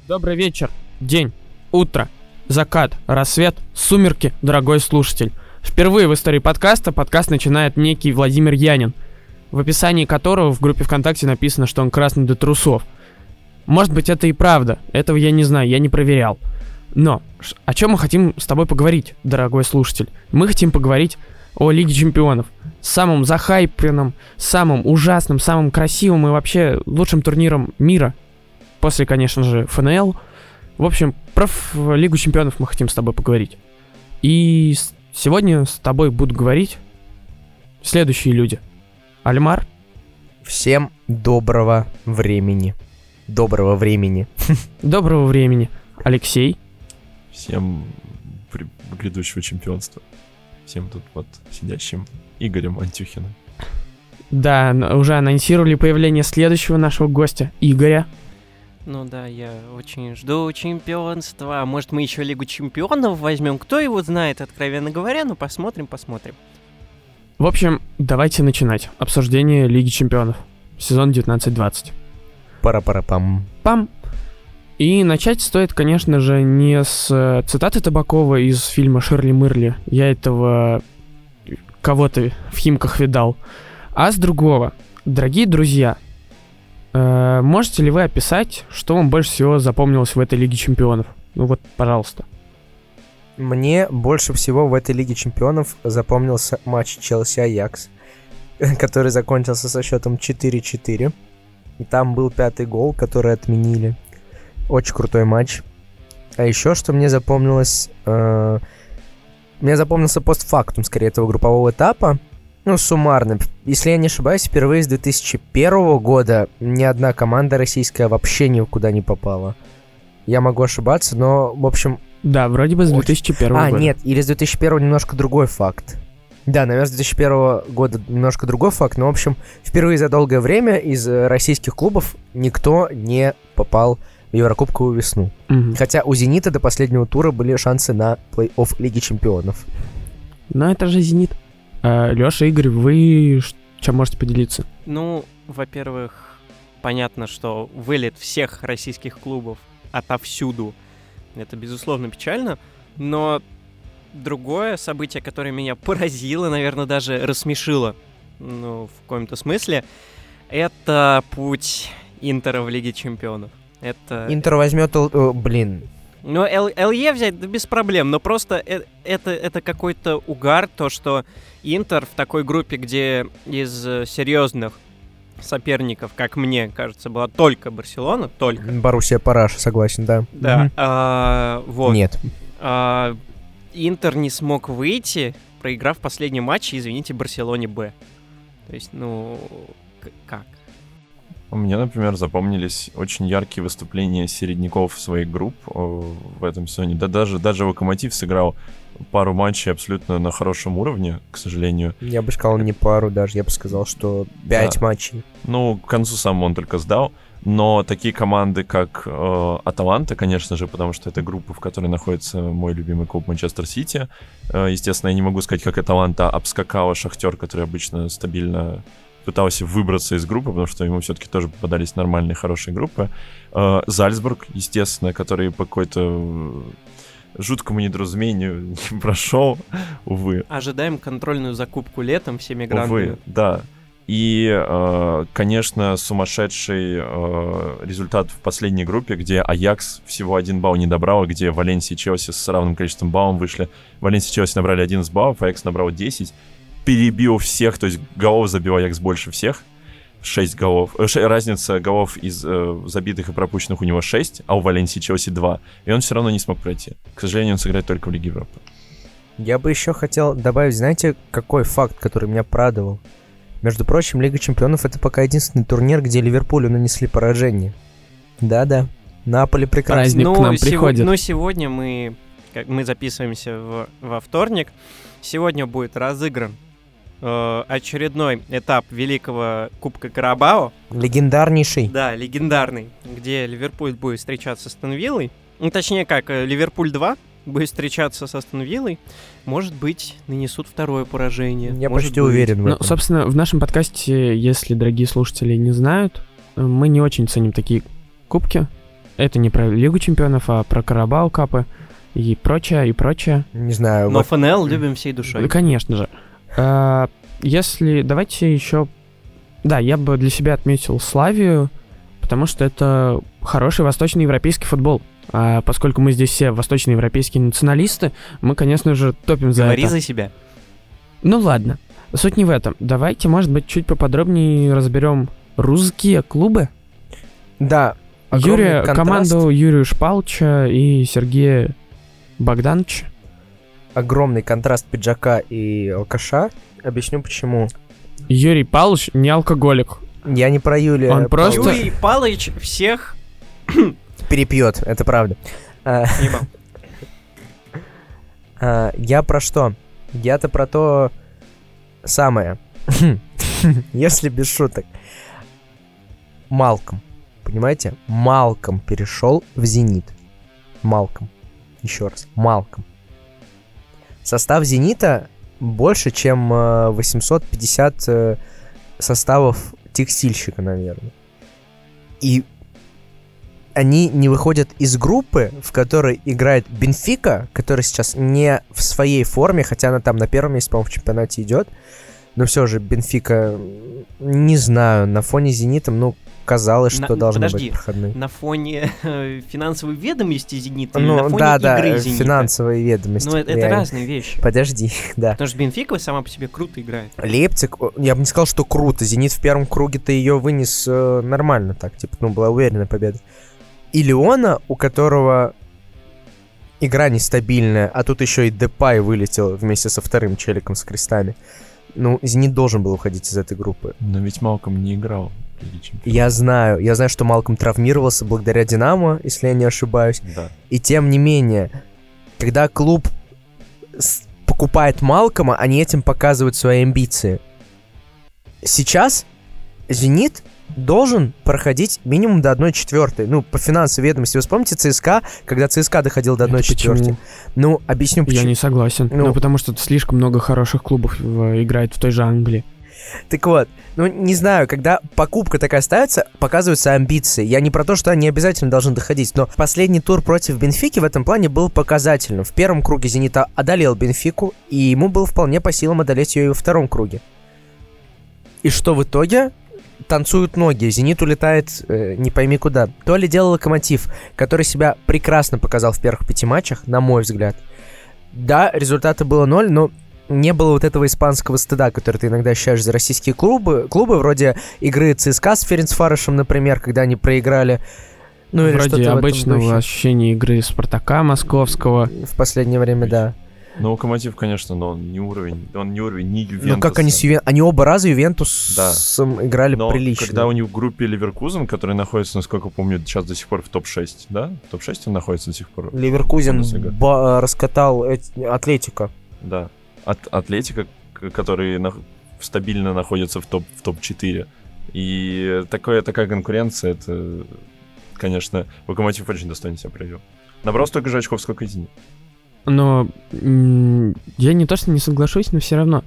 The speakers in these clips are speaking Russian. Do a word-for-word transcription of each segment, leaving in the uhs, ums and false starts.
Добрый вечер, день, утро, закат, рассвет, сумерки, дорогой слушатель. Впервые в истории подкаста подкаст начинает некий Владимир Янин, в описании которого в группе ВКонтакте написано, что он красный до трусов. Может быть, это и правда, этого я не знаю, я не проверял. Но о чем мы хотим с тобой поговорить, дорогой слушатель? Мы хотим поговорить о Лиге Чемпионов. Самым захайпленным, самым ужасным, самым красивым и вообще лучшим турниром мира. После, конечно же, эф эн эл. В общем, про ф- Лигу Чемпионов мы хотим с тобой поговорить. И с- сегодня с тобой будут говорить следующие люди. Альмар. Всем доброго времени. Доброго времени. Доброго времени. Алексей. Всем при- грядущего чемпионства. Всем тут вот сидящим Игорем Антюхиным. Да, н- уже анонсировали появление следующего нашего гостя, Игоря. Ну да, я очень жду чемпионства. Может, мы еще Лигу Чемпионов возьмем? Кто его знает, откровенно говоря, но посмотрим, посмотрим. В общем, давайте начинать обсуждение Лиги Чемпионов. Сезон девятнадцать двадцать. Пара-пара-пам. Пам. И начать стоит, конечно же, не с э, цитаты Табакова из фильма «Ширли-мырли». Я этого кого-то в Химках видал. А с другого. Дорогие друзья, э, можете ли вы описать, что вам больше всего запомнилось в этой Лиге Чемпионов? Ну вот, пожалуйста. Мне больше всего в этой Лиге Чемпионов запомнился матч Челси-Аякс, который закончился со счетом четыре-четыре. И там был пятый гол, который отменили. Очень крутой матч. А еще что мне запомнилось... Э, мне запомнился постфактум, скорее, этого группового этапа. Ну, суммарно. Если я не ошибаюсь, впервые с две тысячи первого года ни одна команда российская вообще никуда не попала. Я могу ошибаться, но, в общем... Да, вроде бы с две тысячи первого а, года. нет, или с две тысячи первого немножко другой факт. Да, наверное, с две тысячи первого года немножко другой факт, но, в общем, впервые за долгое время из э, российских клубов никто не попал в Еврокубковую весну. Мгм. Хотя у «Зенита» до последнего тура были шансы на плей-офф Лиги Чемпионов. Но это же «Зенит». А, Лёша, Игорь, вы ш- чем можете поделиться? Ну, во-первых, понятно, что вылет всех российских клубов отовсюду — это, безусловно, печально, но другое событие, которое меня поразило, наверное, даже рассмешило, ну, в каком-то смысле, это путь Интера в Лиге Чемпионов. Это... Интер возьмет... Л- о, блин. Ну, Л- ЛЕ взять, да, без проблем, но просто э- это, это какой-то угар, то, что Интер в такой группе, где из э, серьезных соперников, как мне кажется, была только Барселона, только. Боруссия Параша, согласен, да. Да, Мгм. а, вот. Нет. А, Интер не смог выйти, проиграв последний матч, извините, Барселоне Б. То есть, ну, к- как? У меня, например, запомнились очень яркие выступления середняков своих групп э, в этом сезоне. Да даже, даже Локомотив сыграл пару матчей абсолютно на хорошем уровне, к сожалению. Я бы сказал не пару даже, я бы сказал, что пять Да. матчей. Ну, к концу сам он только сдал. Но такие команды, как э, Аталанта, конечно же, потому что это группа, в которой находится мой любимый клуб Манчестер Сити. Э, естественно, я не могу сказать, как Аталанта обскакала Шахтер, который обычно стабильно пытался выбраться из группы, потому что ему все-таки тоже попадались нормальные, хорошие группы. Э, Зальцбург, естественно, который по какой-то жуткому недоразумению не прошел, увы. Ожидаем контрольную закупку летом всеми грандами. Увы, да. И, э, конечно, сумасшедший э, результат в последней группе, где Аякс всего один балл не добрал, где Валенсия и Челси с равным количеством баллов вышли. Валенсия и Челси набрали одиннадцать баллов, Аякс набрал десять. Перебил всех, то есть голов забил Аякс больше всех. шесть голов. Э, ш- разница голов из э, забитых и пропущенных у него шесть, а у Валенсии и Челси два. И он все равно не смог пройти. К сожалению, он сыграет только в Лиге Европы. Я бы еще хотел добавить, знаете, какой факт, который меня порадовал? Между прочим, Лига Чемпионов — это пока единственный турнир, где Ливерпулю нанесли поражение. Да-да, Наполи прекрасно. Праздник к нам приходит. Ну, сегодня мы, как мы записываемся в, во вторник, сегодня будет разыгран э, очередной этап Великого Кубка Карабао. Легендарнейший. Да, легендарный, где Ливерпуль будет встречаться с Астон Виллой. Ну, точнее как, э, Ливерпуль два будет встречаться с Астон Виллой. Может быть, нанесут второе поражение. Я Может почти быть. уверен в Ну, этом. собственно, в нашем подкасте, если дорогие слушатели не знают, мы не очень ценим такие кубки. это не про Лигу чемпионов, а про Карабау Капы и прочее, и прочее. Не знаю. Но вот- ФНЛ любим всей душой. Да, конечно же. А, Если... Давайте еще... Да, я бы для себя отметил Славию, потому что это хороший восточноевропейский футбол. А поскольку мы здесь все восточноевропейские националисты, мы, конечно же, топим за Говори это. за себя. Ну ладно, суть не в этом. Давайте, может быть, чуть поподробнее разберем русские клубы. Да. огромный Юрия, контраст. команду Юрия Шпалча и Сергея Богдановича. Огромный контраст пиджака и алкаша. Объясню почему. Юрий Павлович не алкоголик. Я не про Юлия. Он просто- Павловича. Юрий Палыч всех Перепьет, это правда. А, ебал. а, Я про что? Я-то про то самое. Если без шуток. Малком. Понимаете? Малком перешел в «Зенит». Малком. Еще раз. Малком. Состав «Зенита» больше, чем э, восемьсот пятьдесят э, составов текстильщика, наверное. И они не выходят из группы, в которой играет Бенфика, которая сейчас не в своей форме, хотя она там на первом месте, по-моему, в чемпионате идет. Но все же Бенфика, не знаю, на фоне «Зенита», ну, казалось, На- что должны подожди. быть проходные. На фоне э, финансовой ведомости «Зенита» или Ну, на фоне да, да, игры э, «Зенита»? финансовые ведомости. Ну, это, это реально. разные вещи. Подожди, да. Потому что Бенфика сама по себе круто играет. Лейпциг, о, я бы не сказал, что круто. «Зенит» в первом круге-то ее вынес э, нормально так, типа, ну, была уверенная победа. И Леона, у которого игра нестабильная, а тут еще и Депай вылетел вместе со вторым челиком с крестами. Ну, «Зенит» должен был уходить из этой группы. Но ведь Малком не играл в Лиге Чемпионов. Я знаю, я знаю, что Малком травмировался благодаря «Динамо», если я не ошибаюсь. Да. И тем не менее, когда клуб с- покупает Малкома, они этим показывают свои амбиции. Сейчас «Зенит» должен проходить минимум до одной четвертой. Ну, по финансовой ведомости. Вы вспомните ЦСКА, когда ЦСКА доходил до одной Это почему? четвертой? Ну, объясню Я почему. не согласен. Ну- Ну, потому что слишком много хороших клубов в- играет в той же Англии. Так вот, ну, не знаю, когда покупка такая ставится, показываются амбиции. Я не про то, что они обязательно должны доходить, но последний тур против Бенфики в этом плане был показательным. В первом круге «Зенита» одолел Бенфику, и ему было вполне по силам одолеть ее и во втором круге. И что в итоге? Танцуют ноги, «Зенит» улетает э, не пойми куда. То ли делал «Локомотив», который себя прекрасно показал в первых пяти матчах, на мой взгляд. Да, результата было ноль, но не было вот этого испанского стыда, который ты иногда ощущаешь за российские клубы, клубы вроде игры ЦСКА с Ференцварошем, например, когда они проиграли. Ну, или Вроде что-то в этом обычного духе. ощущения игры Спартака московского. В последнее время, да. Ну, Локомотив, конечно, но он не уровень. Он не уровень ни Ювентуса. Ну, как они с Ювен... Они оба раза Ювентус Да. играли Но прилично. когда у них в группе Ливеркузен, который находится, насколько помню, сейчас до сих пор в топ шесть, да? В топ шесть он находится до сих пор. Ливеркузен Бундеслига. ба- раскатал эти- Атлетико. Да. От Атлетика, к- который нах- стабильно находится в топ в топ четыре. И такое, такая конкуренция, это, конечно, Локомотив очень достойно себя проявил. Набрал столько же очков, сколько и Зенит. Но м, я не то что не соглашусь, но все равно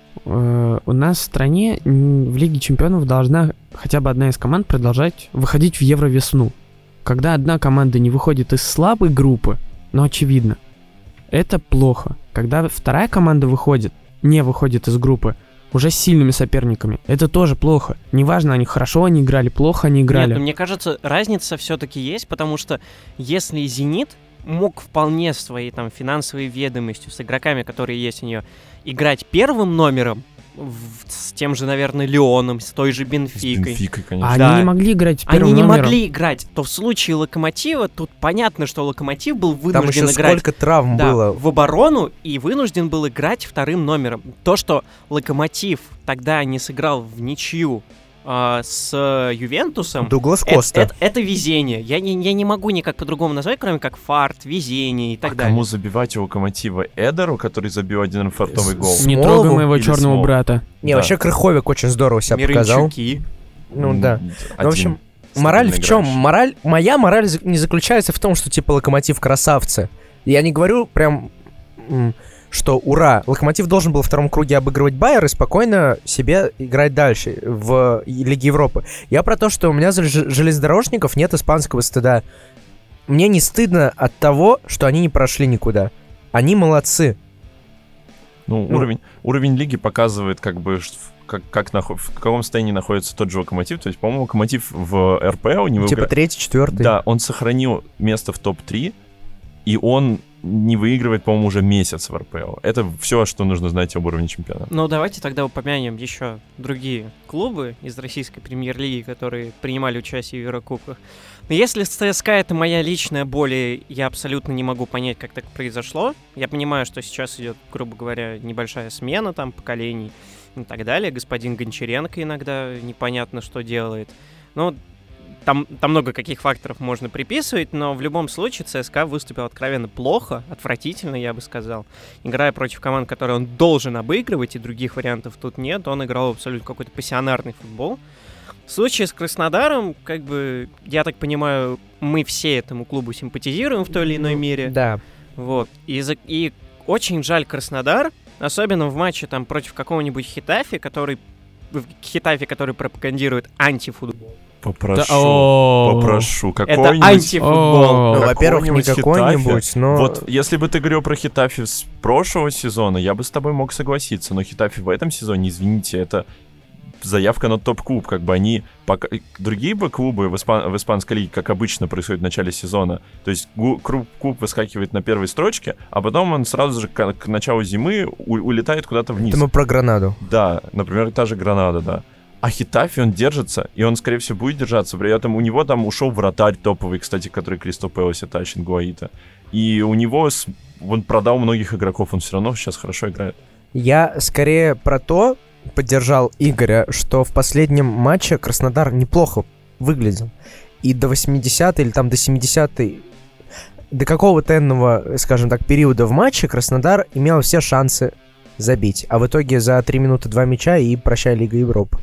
э, у нас в стране м, в Лиге Чемпионов должна хотя бы одна из команд продолжать выходить в Евровесну. Когда одна команда не выходит из слабой группы, ну очевидно, это плохо. Когда вторая команда выходит, не выходит из группы, уже с сильными соперниками, это тоже плохо. Неважно, они хорошо они играли, плохо они играли. Нет, ну, мне кажется, разница все-таки есть, потому что если «Зенит» мог вполне с своей там финансовой ведомостью, с игроками, которые есть у нее, играть первым номером, в- с тем же, наверное, Леоном, с той же С Бенфикой, Бенфикой, А конечно. они Да. не могли играть первым они не номером. могли играть, то в случае Локомотива тут понятно, что Локомотив был Там вынужден еще играть сколько травм да, было. в оборону и вынужден был играть вторым номером. То, что Локомотив тогда не сыграл в ничью а, с Ювентусом, Дуглас это, Коста. это- это везение. Я не, я не могу никак по-другому назвать, кроме как фарт, везение и так А далее. кому забивать у Локомотива? Эдеру, который забил один фартовый гол? С- Не Смолову трогай моего или черного Смолову? брата. Не, Да. вообще Крыховик очень здорово себя показал. Мирончуки. Ну М, да. один Ну, в общем, Мораль в стабильно чем? играющий. Мораль, моя мораль за- не заключается в том, что типа Локомотив красавцы. Я не говорю прям, м, что ура, Локомотив должен был во втором круге обыгрывать Байер и спокойно себе играть дальше в Лиге Европы. Я про то, что у меня за ж- железнодорожников нет испанского стыда. мне не стыдно от того, что они не прошли никуда. Они молодцы. Ну, Ну. уровень, уровень лиги показывает, как бы, ш- в- как, как нахо- в каком состоянии находится тот же Локомотив. То есть, по-моему, Локомотив в эр пэ эл не Типа выиграл. третий, четвертый. Да, он сохранил место в топ три, и он не выигрывает, по-моему, уже месяц в эр пэ эл. Это все, что нужно знать об уровне чемпионата. Ну, давайте тогда упомянем еще другие клубы из российской премьер-лиги, которые принимали участие в Еврокубках. Но если ЦСКА — это моя личная боль, и я абсолютно не могу понять, как так произошло. Я понимаю, что сейчас идет, грубо говоря, небольшая смена там поколений и так далее. Господин Гончаренко иногда непонятно, что делает. Ну, Там, там много каких факторов можно приписывать, но в любом случае ЦСКА выступил откровенно плохо, отвратительно, я бы сказал. Играя против команд, которые он должен обыгрывать, и других вариантов тут нет, он играл абсолютно какой-то пассионарный футбол. В случае с Краснодаром, как бы, я так понимаю, мы все этому клубу симпатизируем в той или иной мере. Да. Вот. И, за- и очень жаль Краснодар, особенно в матче там против какого-нибудь Хетафи, который Хетафи, который пропагандирует антифутбол. Попрошу, Да, о. попрошу. Это Какой-нибудь... антифутбол. Ну, во-первых, не какой-нибудь какой-нибудь, Хетафе. но... Вот если бы ты говорил про Хетафи с прошлого сезона, я бы с тобой мог согласиться, но Хетафи в этом сезоне, извините, это заявка на топ-клуб, как бы они... Пока... Другие бы клубы в, испан... в испанской лиге, как обычно происходит в начале сезона, то есть гу- клуб, клуб выскакивает на первой строчке, а потом он сразу же к, к началу зимы у- улетает куда-то вниз. Это мы про Гранаду. Да, например, та же Гранада, да. А Хетафи, он держится, и он, скорее всего, будет держаться. При этом у него там ушел вратарь топовый, кстати, который Кристал Пэласе тащит, Гуаита. И у него, с- он продал многих игроков, он все равно сейчас хорошо играет. Я скорее про то поддержал Игоря, что в последнем матче Краснодар неплохо выглядел. И до восьмидесятой или там до семидесятой, до какого-то энного, скажем так, периода в матче Краснодар имел все шансы забить. А в итоге за три минуты два мяча и прощай Лига Европы.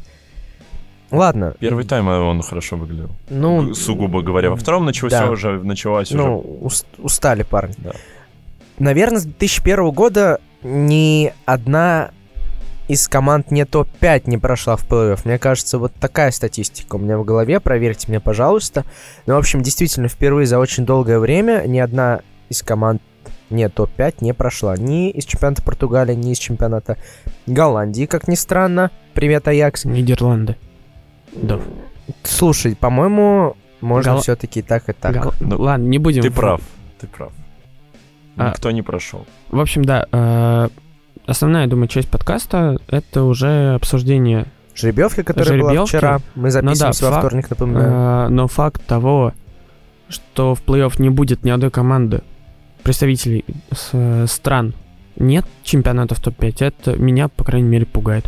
Ладно. Первый тайм он хорошо выглядел. Ну, Сугубо говоря. Во втором началось да. уже, началась ну, уже... ус- устали парни. Да. Наверное, с две тысячи первого года ни одна из команд не топ пять не прошла в плей-офф. Мне кажется, вот такая статистика у меня в голове. Проверьте меня, пожалуйста. Ну, в общем, действительно, впервые за очень долгое время ни одна из команд не топ пять не прошла. Ни из чемпионата Португалии, ни из чемпионата Голландии, как ни странно. Привет, Аякс. Нидерланды. Да. Слушай, по-моему, можно Гол- все-таки так и так. Гол- Ну, Ладно, не будем. Ты в- прав, ты прав. А- Никто не прошел. В общем, да, э, основная, думаю, часть подкаста — это уже обсуждение. Жеребьевка, которая была Жеребьевки. вчера. Мы записываемся Ну да, во фа- вторник, напоминаю. Э, но факт того, что в плей-офф не будет ни одной команды представителей с, э, стран, нет чемпионатов топ пять, это меня, по крайней мере, пугает.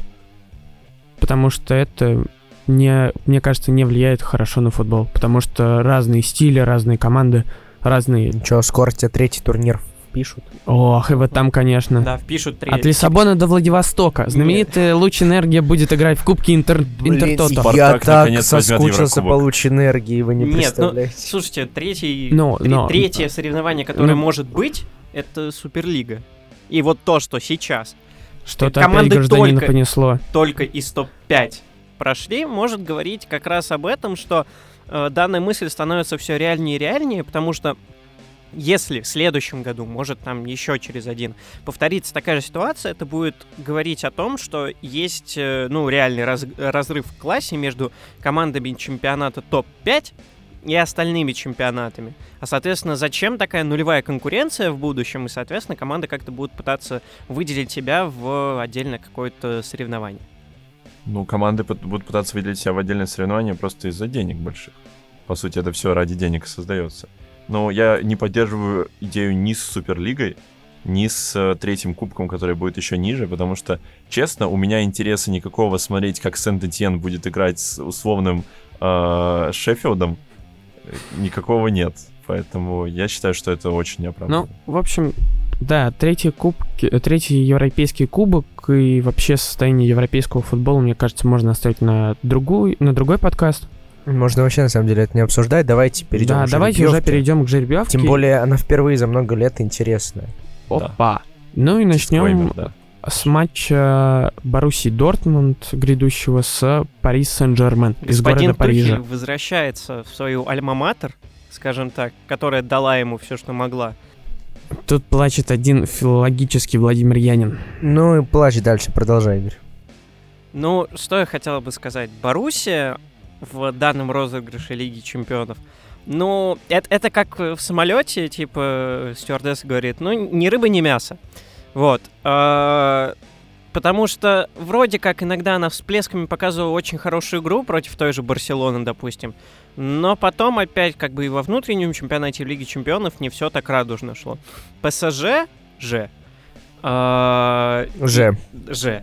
Потому что это, не, мне кажется, не влияет хорошо на футбол. Потому что разные стили, разные команды, разные... Ничего, скоро тебе третий турнир впишут. Ох, и вот там, конечно... Да, впишут три. От Лиссабона до Владивостока. Знаменитый Луч Энергия будет играть в Кубке Интер... Интертото. Спартак я так наконец возьмет соскучился по Еврокубок. луч энергии, вы не Нет, ну, представляете. слушайте, третий, Но- тре- но- третье соревнование, которое Ну- может быть, это Суперлига. И вот то, что сейчас Что-то опять команды гражданина только- понесло. только из топ пять прошли, может говорить как раз об этом, что э, данная мысль становится все реальнее и реальнее, потому что если в следующем году, может там еще через один, повторится такая же ситуация, это будет говорить о том, что есть э, ну, реальный раз- разрыв в классе между командами чемпионата топ пять и остальными чемпионатами. А, соответственно, зачем такая нулевая конкуренция в будущем? И, соответственно, команды как-то будут пытаться выделить себя в отдельное какое-то соревнование. Ну, команды пот- будут пытаться выделить себя в отдельное соревнование просто из-за денег больших. По сути, это все ради денег создается. Но я не поддерживаю идею ни с Суперлигой, ни с э, третьим кубком, который будет еще ниже, потому что, честно, у меня интереса никакого смотреть, как Сент-Этьен будет играть с условным э, Шеффилдом, э, никакого нет. Поэтому я считаю, что это очень неоправданно. Ну, в общем, да, третий, кубки, э, третий европейский кубок и вообще состояние европейского футбола, мне кажется, можно оставить на, другую, на другой подкаст. Можно вообще, на самом деле, это не обсуждать. Давайте перейдем Да, к давайте уже жеребьевке. перейдем к жеребьевке. Тем более, она впервые за много лет интересная. Опа. Ну и начнем Дисклеймер, да. с матча Боруссии Дортмунд, грядущего с Пари Сен-Жермен из Господин города Парижа. Тухель возвращается в свою альма-матер скажем так, которая дала ему все, что могла. Тут плачет один филологический Владимир Янин. Ну и плачь дальше, продолжай, Игорь. Ну, что я хотел бы сказать. Боруссия в данном розыгрыше Лиги Чемпионов, ну, это, это как в самолете, типа, стюардесса говорит, ну, ни рыба, ни мясо. Вот. А, потому что вроде как иногда она всплесками показывала очень хорошую игру против той же Барселоны, допустим. Но потом опять как бы и во внутреннем чемпионате Лиги Чемпионов не все так радужно шло. ПСЖ же... А, Же. Же.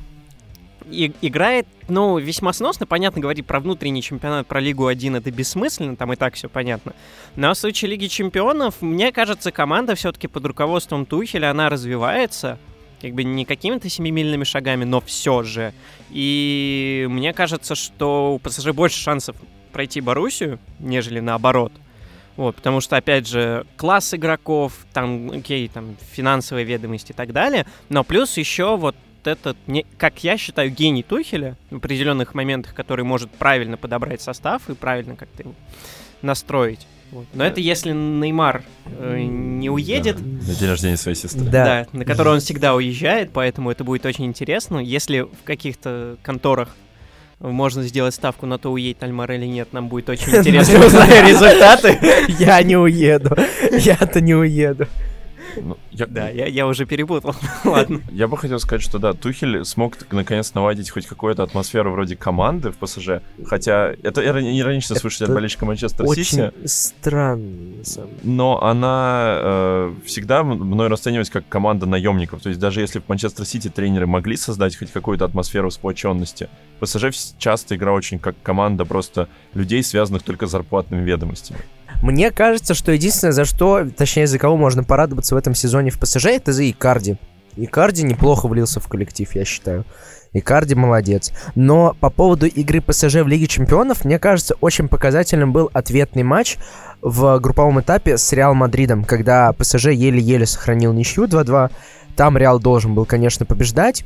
И, играет, ну, весьма сносно. Понятно, говорить про внутренний чемпионат, про Лигу один это бессмысленно, там и так все понятно. Но в случае Лиги Чемпионов, мне кажется, команда все-таки под руководством Тухеля, она развивается, как бы не какими-то семимильными шагами, но все же. И мне кажется, что у ПСЖ больше шансов пройти Боруссию, нежели наоборот. Вот, потому что, опять же, класс игроков, там, окей, там, финансовые ведомости и так далее, но плюс еще вот этот, как я считаю, гений Тухеля в определенных моментах, который может правильно подобрать состав и правильно как-то его настроить. Вот. Но это если Неймар э, не уедет. Да, на день рождения своей сестры. Да. Да, на который он всегда уезжает, поэтому это будет очень интересно. Если в каких-то конторах можно сделать ставку на то, уедет Альмар или нет, нам будет очень интересно узнать результаты. Я не уеду. Я-то не уеду. Ну, я... Да, я, я уже перепутал. Ладно. Я бы хотел сказать, что да, Тухель смог наконец наладить хоть какую-то атмосферу вроде команды в ПСЖ, хотя это иронично слышать от болельщика Манчестер Сити. Очень странно, на самом деле. Но она э, всегда мной расценивалась как команда наемников. То есть даже если в Манчестер Сити тренеры могли создать хоть какую-то атмосферу сплоченности, ПСЖ часто играл очень как команда просто людей, связанных только с зарплатными ведомостями. Мне кажется, что единственное, за что, точнее, за кого можно порадоваться в этом сезоне в ПСЖ, это за Икарди. Икарди неплохо влился в коллектив, я считаю. Икарди молодец. Но по поводу игры ПСЖ в Лиге Чемпионов, мне кажется, очень показательным был ответный матч в групповом этапе с Реал Мадридом, когда ПСЖ еле-еле сохранил ничью два-два. Там Реал должен был, конечно, побеждать.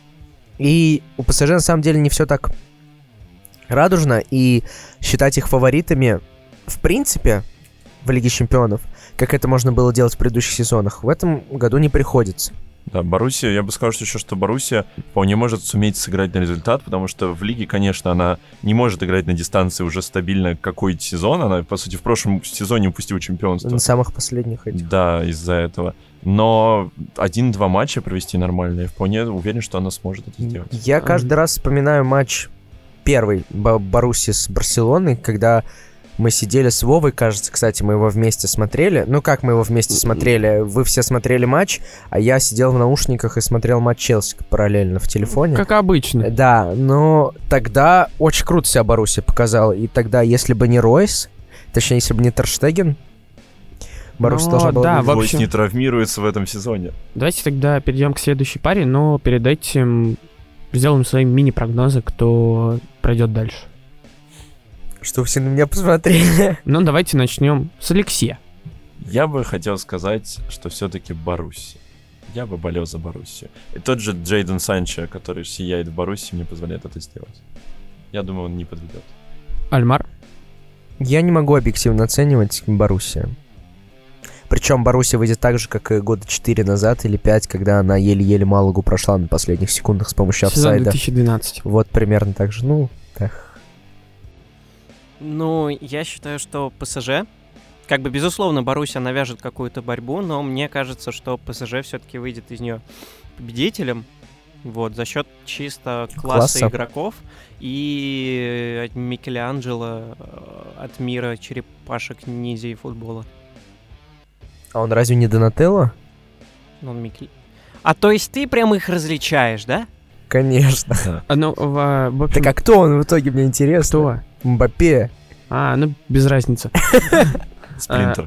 И у ПСЖ на самом деле не все так радужно, и считать их фаворитами в принципе в Лиге Чемпионов, как это можно было делать в предыдущих сезонах, в этом году не приходится. Да, Боруссия, я бы сказал, что еще, что Боруссия вполне может суметь сыграть на результат, потому что в Лиге, конечно, она не может играть на дистанции уже стабильно какой-то сезон. Она, по сути, в прошлом сезоне упустила чемпионство. На самых последних этих. Да, из-за этого. Но один-два матча провести нормально, я вполне уверен, что она сможет это сделать. Я каждый раз вспоминаю матч первый Боруссии с Барселоной, когда мы сидели с Вовой, кажется, кстати, мы его вместе смотрели. Ну, как мы его вместе смотрели? Вы все смотрели матч, а я сидел в наушниках и смотрел матч Челси параллельно в телефоне. Как обычно. Да, но тогда очень круто себя Боруссия показала. И тогда, если бы не Ройс, точнее, если бы не Тер Штеген, Боруссия Но, должна была... да, быть. в Ройс общем- не травмируется в этом сезоне. Давайте тогда перейдем к следующей паре, но перед этим сделаем свои мини-прогнозы, кто пройдет дальше. Что вы все на меня посмотрели? Ну, давайте начнем с Алексея. Я бы хотел сказать, что все-таки Боруссия. Я бы болел за Боруссию. И тот же Джейден Санчо, который сияет в Боруссии, мне позволяет это сделать. Я думаю, он не подведет. Альмар. Я не могу объективно оценивать Боруссию. Причем Боруссия выйдет так же, как и года четыре назад или пять, когда она еле-еле Малагу прошла на последних секундах с помощью Сезон офсайда. две тысячи двенадцатый. Вот примерно так же. Ну, так. Ну, я считаю, что ПСЖ, как бы, безусловно, Боруссия навяжет какую-то борьбу, но мне кажется, что ПСЖ все-таки выйдет из нее победителем, вот, за счет чисто класса, Класса. игроков и от Микеланджело, от мира черепашек, ниндзя и футбола. А он разве не Донателло? Ну, он Микель... А то есть ты прям их различаешь, да? Конечно. А, ну, в, в общем, Так а кто он в итоге, мне интересно? кто? Мбаппе. А, ну, без разницы. Спринтер.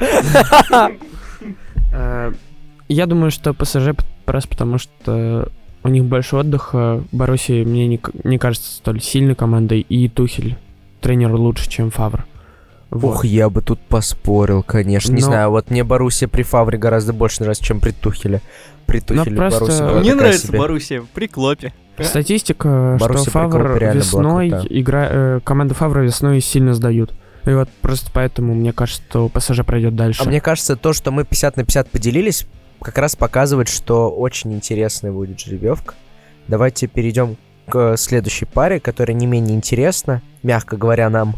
Э, Я думаю, что ПСЖ просто потому, что у них больше отдыха. Боруссия мне не, к- не кажется столь сильной командой, и Тухель тренер лучше, чем Фавр. Вот. Ух, я бы тут поспорил, конечно. Не Но- знаю, вот мне Боруссия при Фавре гораздо больше нравится, чем при Тухеле. При Тухеле просто- Боруссия была Мне такая нравится себе. Боруссия при Клопе. Статистика, Боруссия что при Клопе Фавр реально была весной, крутая. игра, э, команда Фавра весной сильно сдают. И вот просто поэтому мне кажется, что ПСЖ пройдет дальше. А мне кажется, то, что мы пятьдесят на пятьдесят поделились, как раз показывает, что очень интересная будет жеребьевка. Давайте перейдем к следующей паре, которая не менее интересна, мягко говоря, нам.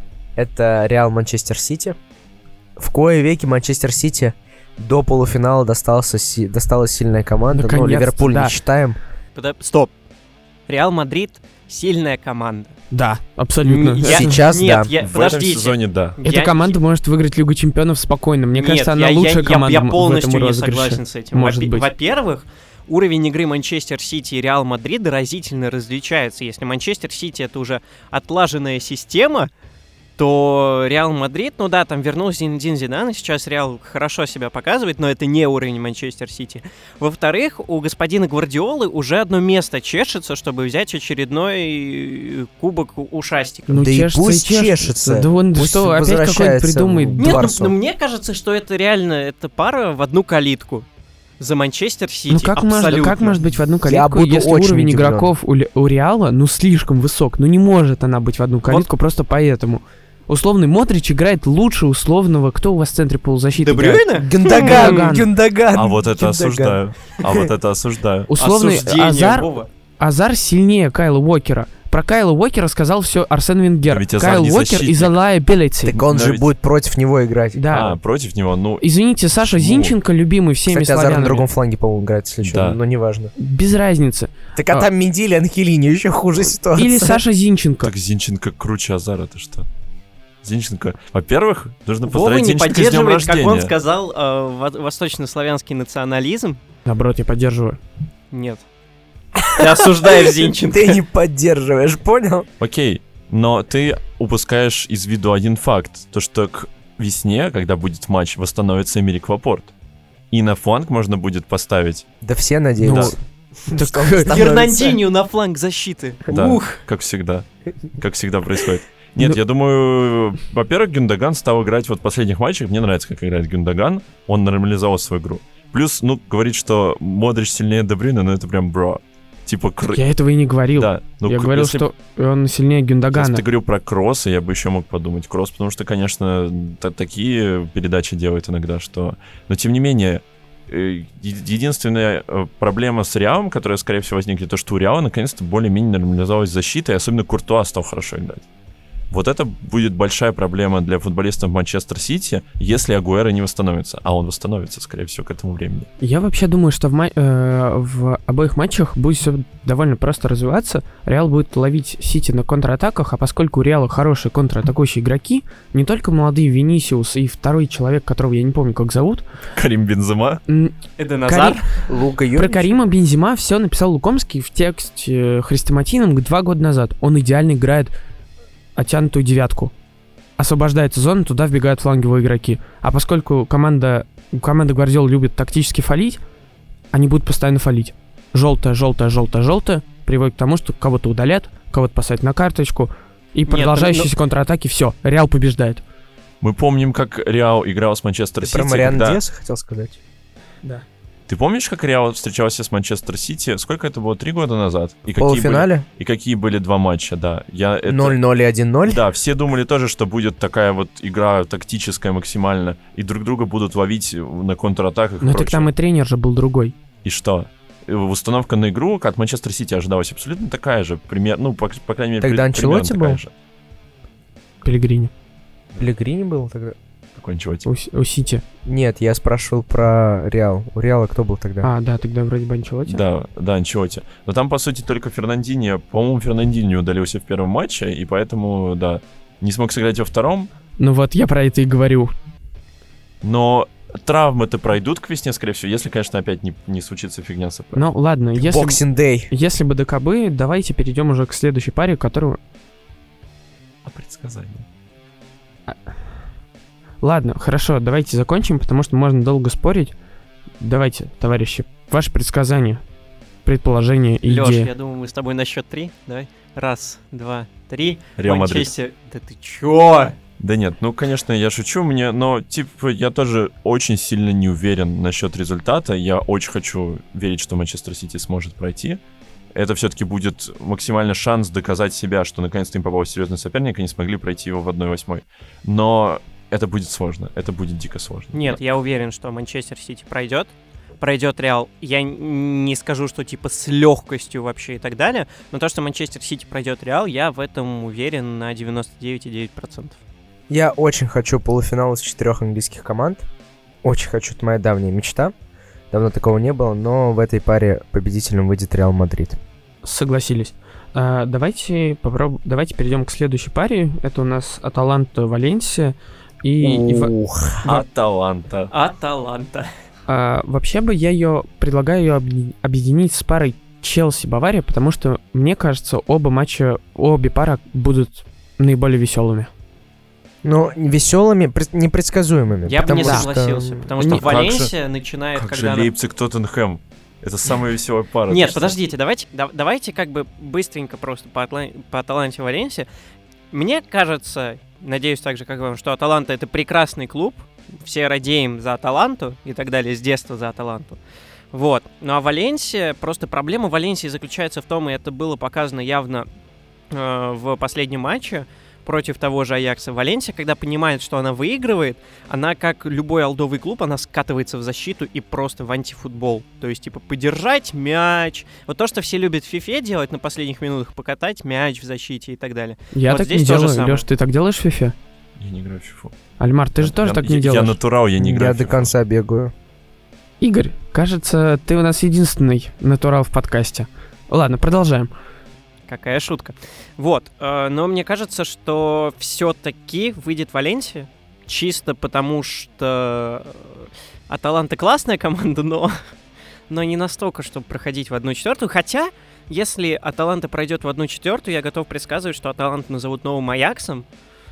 Это Реал Манчестер Сити. В кое веки Манчестер Сити до полуфинала достался, си- досталась сильная команда. Наконец-то, но Ливерпуль да. не считаем. Подо- Стоп. Реал Мадрид сильная команда. Да, абсолютно. М, я- Сейчас, Нет, да. я, В этом подождите. сезоне да. Эта Я- команда может выиграть Лигу Чемпионов спокойно. Мне Нет, кажется, она я- я- лучшая я- команда я в полностью этом не розыгрыше. согласен с этим. Может Во- быть. Во-первых, уровень игры Манчестер Сити и Реал Мадрида разительно различается. Если Манчестер Сити — это уже отлаженная система, то Реал Мадрид, ну да, там вернулся Зинедин Зидан, и сейчас Реал хорошо себя показывает, но это не уровень Манчестер Сити. Во-вторых, у господина Гвардиолы уже одно место чешется, чтобы взять очередной кубок ушастика. Ну, Да и чешется пусть чешется. чешется. Да он Пусть что, опять какой-то возвращается придумает. в- Нет, ну, Барсу. ну, мне кажется, что это реально, это пара в одну калитку за Манчестер Сити. Ну как может, абсолютно. как может быть в одну Я калитку, буду если очень уровень удивлен. игроков у, Ле- у Реала, ну, слишком высок. Ну, не может она быть в одну калитку просто поэтому. Условный Модрич играет лучше условного. Кто у вас в центре полузащиты Де играет? Брюйне? Гюндоган, Гюндоган. Гюндоган. А вот это Гюндоган. осуждаю. А вот это осуждаю. Условный Осуждение, Азар, Вова. Азар сильнее Кайла Уокера. Про Кайла Уокера сказал все Арсен Венгер. Но ведь Азар Кайл не Уокер защитник. из-за liability. Так он Но же ведь- будет против него играть. Да. А, против него, ну... Извините, Саша Почему? Зинченко, любимый всеми Кстати, Азар на славянами. другом фланге, по-моему, играет, если что, Да. но неважно. Без разницы. Так а А. там Менди или Анхелини, еще хуже ситуация. Или Саша Зинченко. Так Зинченко круче Азара, ты что? Зинченко. Во-первых, нужно Вова поздравить не Зинченко с днем поддерживает, как рождения. он сказал, э, во- восточнославянский национализм. Наоборот, я поддерживаю. Нет. Ты осуждаешь Зинченко. Ты не поддерживаешь, понял? Окей, но ты упускаешь из виду один факт. То, что к весне, когда будет матч, восстановится Эмерик Лапорт. И на фланг можно будет поставить, Да все надеются. Так, Что он становится. Фернандинho на фланг защиты. Да. Ух. как всегда. Как всегда происходит. Нет, я думаю, во-первых, Гюндоган стал играть вот в последних матчах. Мне нравится, как играет Гюндоган. Он нормализовал свою игру. Плюс, ну, говорить, что Модрич сильнее Де Брюйне, ну это прям бро. Типа, кр... Я этого и не говорил. да. Ну, я к- говорил, если что он сильнее Если Гюндогана. ты говорил про кроссы, я бы еще мог подумать кросс, потому что, конечно, та- такие передачи делают иногда, что... Но, тем не менее, э, е- единственная э, проблема с Реалом, которая, скорее всего, возникнет, то, что у Реала наконец-то более-менее нормализовалась защита, и особенно Куртуа стал хорошо играть. Вот это будет большая проблема для футболистов Манчестер Сити, если Агуэро не восстановится. А он восстановится, скорее всего, к этому времени. Я вообще думаю, что в, ма- э, в обоих матчах будет все довольно просто развиваться. Реал будет ловить Сити на контратаках, а поскольку у Реала хорошие контратакующие игроки, не только молодые Винисиус и второй человек, которого я не помню, как зовут. Карим Бензема. м, Эден Азар. Кари- Лука Про Юрьевич. Карима Бензема все написал Лукомский в тексте э, Хрестоматийном два года назад. Он идеально играет оттянутую девятку. Освобождается зона, туда вбегают фланговые игроки. А поскольку команда, команда Гвардиолы любит тактически фалить, они будут постоянно фалить. Желтая, желтая, желтая, желтая приводит к тому, что кого-то удалят, кого-то посадят на карточку. И Нет, продолжающиеся контратаки, все, Реал побеждает. Мы помним, как Реал играл с Манчестер Ты Сити. про Мариана когда- Диаса хотел сказать? Да. Ты помнишь, как Реал встречался с Манчестер Сити? Сколько это было? Три года назад? И В какие полуфинале? были, и какие были два матча, да. Я это... ноль-ноль и один-ноль. Да, все думали тоже, что будет такая вот игра тактическая максимально, и друг друга будут ловить на контратаках и Но так прочее. там и тренер же был другой. И что? И установка на игру от Манчестер Сити ожидалась абсолютно такая же. Пример, ну, по, по крайней мере, Тогда при- примерно Анчелотти такая был? же. Пелегрини. Пелегрини был тогда? Какой Анчелотти? У, С- у Сити. Нет, я спрашивал про Реал. У Реала кто был тогда? А, да, тогда вроде бы Анчелотти. Да, да, Анчелотти. Но там, по сути, только Фернандини. По-моему, Фернандини удалился в первом матче, и поэтому, да, не смог сыграть во втором. Ну вот, я про это и говорю. Но травмы-то пройдут к весне, скорее всего, если, конечно, опять не, не случится фигня с АП. Ну ладно, если... б- Боксинг Дэй. Если бы ДКБ, давайте перейдем уже к следующей паре, которую... А предсказание? Ладно, хорошо, давайте закончим, потому что можно долго спорить. Давайте, товарищи, ваши предсказания, предположения и Лёш, идеи. я думаю, мы с тобой на счет три. Давай. Раз, два, три. Реал Мадрид. Манчестер. Да ты чё? Да нет, ну, конечно, я шучу, мне, но, типа, я тоже очень сильно не уверен насчет результата. Я очень хочу верить, что Манчестер Сити сможет пройти. это все-таки будет максимально шанс доказать себя, что наконец-то им попал серьезный соперник, и они смогли пройти его в одна восьмой. Но это будет сложно, это будет дико сложно. Нет, я уверен, что Манчестер Сити пройдет. Пройдет Реал. Я не скажу, что типа с легкостью вообще и так далее, но то, что Манчестер Сити пройдет Реал, я в этом уверен на девяносто девять целых девять десятых процента. Я очень хочу полуфинал из четырех английских команд. Очень хочу, это моя давняя мечта. Давно такого не было, но в этой паре победителем выйдет Реал Мадрид. Согласились. А, давайте, попроб... давайте перейдем к следующей паре. Это у нас Аталанта Валенсия. И, и... Ух. Аталанта. Аталанта. А, вообще бы я ее предлагаю ее объ- объединить с парой Челси-Бавария, потому что, мне кажется, оба матча, обе пары будут наиболее веселыми. Но веселыми, пред- непредсказуемыми. Я бы не потому согласился, что- потому что Ну, как Валенсия начинает, Как когда... же Лейпциг-Тоттенхэм. Это самая веселая пара. Нет, ты что? подождите, давайте, да- давайте как бы быстренько просто по, Атла- по Аталанте Валенсия. Мне кажется, надеюсь так же, как вам, что Аталанта — это прекрасный клуб, все радеем за Аталанту и так далее, с детства за Аталанту. Вот. Ну а Валенсия, просто проблема Валенсии заключается в том, и это было показано явно э, в последнем матче против того же Аякса. Валенсия, когда понимает, что она выигрывает, она, как любой олдовый клуб, она скатывается в защиту и просто в антифутбол. То есть, типа, подержать мяч. Вот то, что все любят в фифе делать на последних минутах, покатать мяч в защите и так далее. Я Вот так здесь не то же делаю. самое. Лёш, ты так делаешь в фифе? Я не играю в фифу. Альмар, ты же тоже Я- так не я- делаешь? Я натурал, я не играю Я в до фифу. конца бегаю. Игорь, кажется, ты у нас единственный натурал в подкасте. Ладно, продолжаем. Какая шутка. Вот, э, но мне кажется, что все-таки выйдет Валенсия, чисто потому что э, Аталанта классная команда, но, но не настолько, чтобы проходить в одну четвертую. Хотя, если Аталанта пройдет в одну четвертую, я готов предсказывать, что Аталанту назовут новым Аяксом.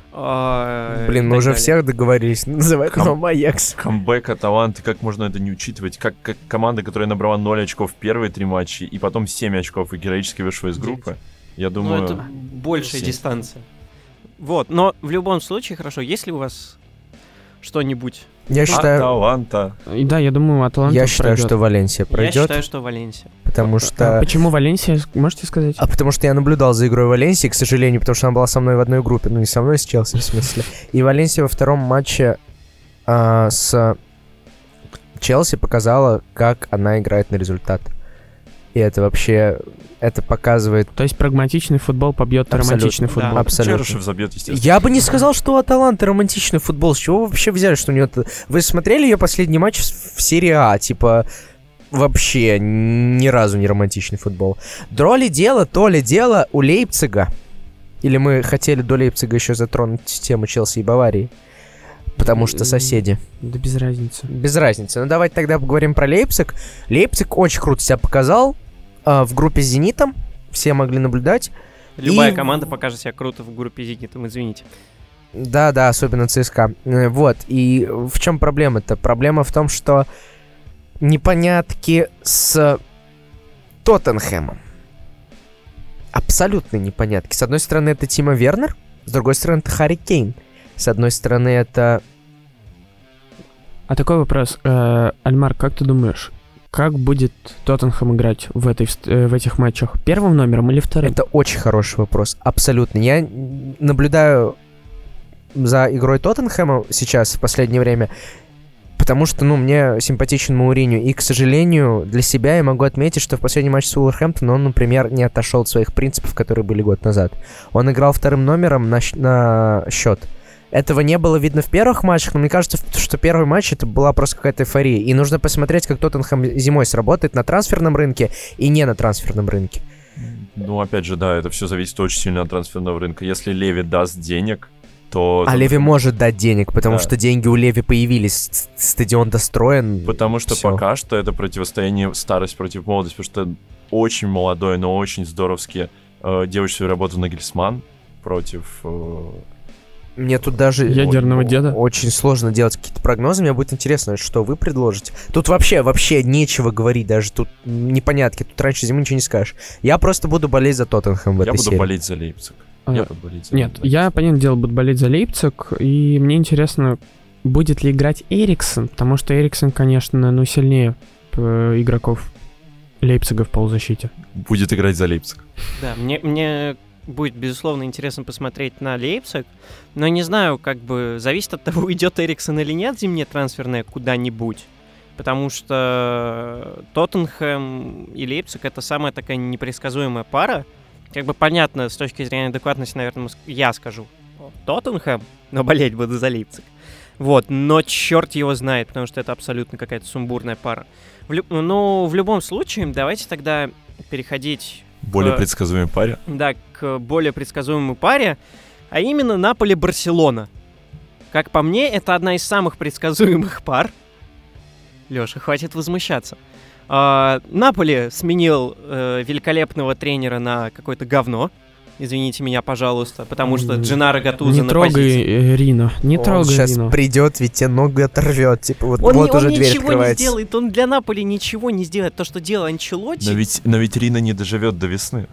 э, Блин, и мы так уже далее. всех договорились называть Ком- новым Аякс. Камбэк Аталанты, как можно это не учитывать? Как, как команда, которая набрала ноль очков в первые три матча, и потом семь очков, и героически вышла из группы. Я думаю... Ну, это большая семь. дистанция. Вот, но в любом случае, хорошо, если у вас что-нибудь... Я считаю, Аталанта. И да, я думаю, Аталанта я считаю, пройдет. что Валенсия Я пройдет, считаю, что Валенсия. потому А что... почему Валенсия, можете сказать? А потому что я наблюдал за игрой Валенсии, к сожалению, потому что она была со мной в одной группе. Ну, не со мной, с Челси, в смысле. И Валенсия во втором матче а, с Челси показала, как она играет на результат. И это вообще... Это показывает... То есть прагматичный футбол побьет Абсолютно. романтичный Да. футбол. Абсолютно. Черышев забьет, естественно. Я бы не сказал, что у Аталанты романтичный футбол. С чего вы вообще взяли, что у нее... Вы смотрели ее последний матч в серии А? Типа... Вообще ни разу не романтичный футбол. Дро ли дело, то ли дело у Лейпцига. Или мы хотели до Лейпцига еще затронуть тему Челси и Баварии? Потому что соседи. Да без разницы. Без разницы. Ну давайте тогда поговорим про Лейпциг. Лейпциг очень круто себя показал. а, В группе с Зенитом. Все могли наблюдать. Любая И- команда покажет себя круто в группе Зенитом, извините. Да, да, особенно ЦСКА. Э, Вот. И в чем проблема-то? Проблема в том, что непонятки с Тоттенхэмом. Абсолютно непонятки. С одной стороны, это Тимо Вернер, с другой стороны, это Харри Кейн. С одной стороны, это... А такой вопрос. Э, Альмар, как ты думаешь, как будет Тоттенхэм играть в, этой, вст- э, в этих матчах? Первым номером или вторым? Это очень хороший вопрос. Абсолютно. Я н- наблюдаю за игрой Тоттенхэма сейчас, в последнее время, потому что, ну, мне симпатичен Мауриньо. И, к сожалению, для себя я могу отметить, что в последнем матче с Уолверхэмптоном он, например, не отошел от своих принципов, которые были год назад. Он играл вторым номером на, щ- на счет. Этого не было видно в первых матчах, но мне кажется, что первый матч это была просто какая-то эйфория. И нужно посмотреть, как Тоттенхэм зимой сработает на трансферном рынке и не на трансферном рынке. Ну, опять же, да, это все зависит очень сильно от трансферного рынка. Если Леви даст денег, то... А Леви может дать денег, потому Да. что деньги у Леви появились, с- стадион достроен. Потому что всё. пока что это противостояние старость против молодости, потому что очень молодой, но очень здоровски э, делаешь свою работу Нагельсман против... э, Мне тут даже Ядерного о- деда. очень сложно делать какие-то прогнозы. Мне будет интересно, что вы предложите. Тут вообще, вообще нечего говорить, даже тут непонятки. Тут раньше зимы ничего не скажешь. Я просто буду болеть за Тоттенхэм в Я этой буду серии. болеть за Лейпциг. А, Я буду болеть за Нет, Лейпциг. я, понятное дело, буду болеть за Лейпциг, и мне интересно, будет ли играть Эриксон, потому что Эриксон, конечно, ну, сильнее э, игроков Лейпцига в полузащите. Будет играть за Лейпциг. Да, мне, мне будет, безусловно, интересно посмотреть на Лейпциг, но не знаю, как бы зависит от того, уйдет Эриксон или нет зимняя трансферная куда-нибудь, потому что Тоттенхэм и Лейпциг — это самая такая непредсказуемая пара. Как бы понятно, с точки зрения адекватности, наверное, я скажу Тоттенхэм, но болеть буду за Лейпциг. Вот, но черт его знает, потому что это абсолютно какая-то сумбурная пара. В лю... Ну, в любом случае, давайте тогда переходить... Более к... предсказуемой паре. Да, к более предсказуемой паре, а именно Наполи-Барселона. Как по мне, это одна из самых предсказуемых пар. Лёша, хватит возмущаться. А, Наполи сменил э, великолепного тренера на какое-то говно. Извините меня, пожалуйста, потому что Дженнаро Гаттузо Не на трогай позиции... э, Рино, не Он трогай сейчас Рино. придет, ведь тебе ногу оторвет. Типа, вот, Он, вот не, уже он дверь ничего не открывается. сделает, он для Наполи ничего не сделает. То, что делал Анчелотти... Но ведь, но ведь Рина не доживет до весны.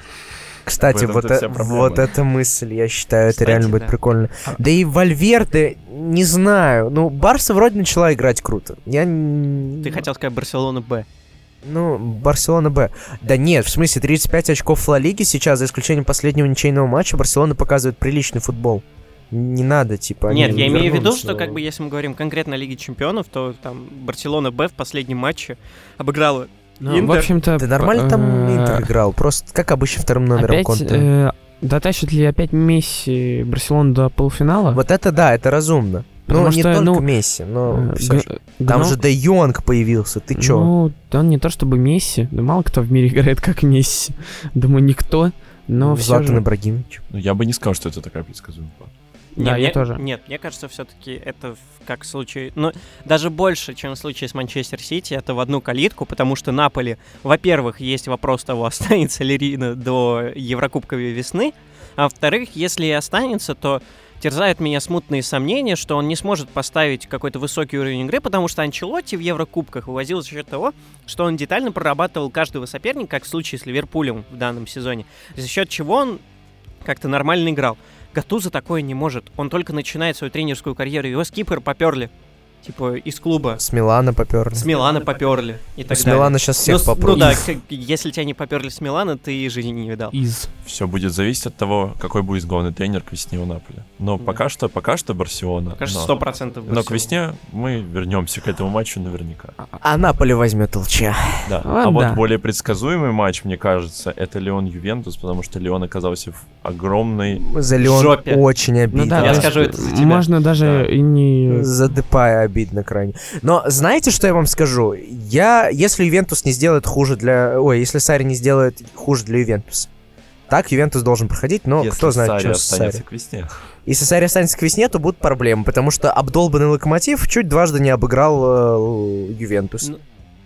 Кстати, В вот, этом-то э- вся проблема. вот эта мысль, я считаю, Кстати, это реально будет да. прикольно. Да и Вальверде, не знаю. Ну, Барса вроде начала играть круто. Я... н- Ты хотел сказать Барселона Б. Ну, Барселона Б. Да нет, в смысле, тридцать пять очков в Ла Лиге сейчас, за исключением последнего ничейного матча, Барселона показывает приличный футбол. Не надо, типа... Нет, они я имею в виду, вернулись, что но- как бы если мы говорим конкретно о Лиге Чемпионов, то там Барселона Б в последнем матче обыграла Ну, Интер. в общем-то... Да нормально там э, Интер играл, просто как обычно вторым номером Опять, Конте. э, дотащит ли опять Месси Барселону до полуфинала? Вот это да, это разумно. Потому Ну, не что, только ну, Месси, но Э, всё г- же. Там Гно- же Де Йонг появился, ты чё? Ну, да он не то чтобы Месси, да мало кто в мире играет как Месси. Думаю, никто, но все Златан же... Ибрагимович. Ну, я бы не сказал, что это такая предсказуемая пара. Да, Нет, я мне- тоже. Нет, мне кажется, все-таки это в- как в случае... Ну, даже больше, чем в случае с Манчестер Сити, это в одну калитку, потому что Наполи, во-первых, есть вопрос того, останется ли Рина до Еврокубковой весны, а во-вторых, если и останется, то терзают меня смутные сомнения, что он не сможет поставить какой-то высокий уровень игры, потому что Анчелотти в Еврокубках вывозил за счет того, что он детально прорабатывал каждого соперника, как в случае с Ливерпулем в данном сезоне, за счет чего он как-то нормально играл. Гаттузо такое не может. Он только начинает свою тренерскую карьеру. Его с Кипра поперли. Типа из клуба. С Милана поперли. С Милана поперли. И так С далее. Милана сейчас всех ну, с- ну попробуют. да, как- если тебя не поперли с Милана, ты и жизни не видал. Из. Все будет зависеть от того, какой будет главный тренер к весне у Наполи. Но Да. пока что, пока что Барселона. Кажется, но- сто процентов. Но к весне мы вернемся к этому матчу наверняка. А Наполи возьмет ЛЧ. Да. А, А вот да. более предсказуемый матч, мне кажется, это Леон-Ювентус, потому что Леон оказался в огромной... За Леон жопе. очень обидно. Ну да, Я то есть скажу это за тебя. Можно даже Да. и не... За Депая обидно крайне. Но знаете, что я вам скажу? Я, если Ювентус не сделает хуже для... Ой, если Сарри не сделает хуже для Ювентуса. Так Ювентус должен проходить, но Если кто знает, Сарри что с останется Сарри. к весне. Если Сарри останется к весне, то будут проблемы, потому что обдолбанный Локомотив чуть дважды не обыграл э, Ювентус. Ну,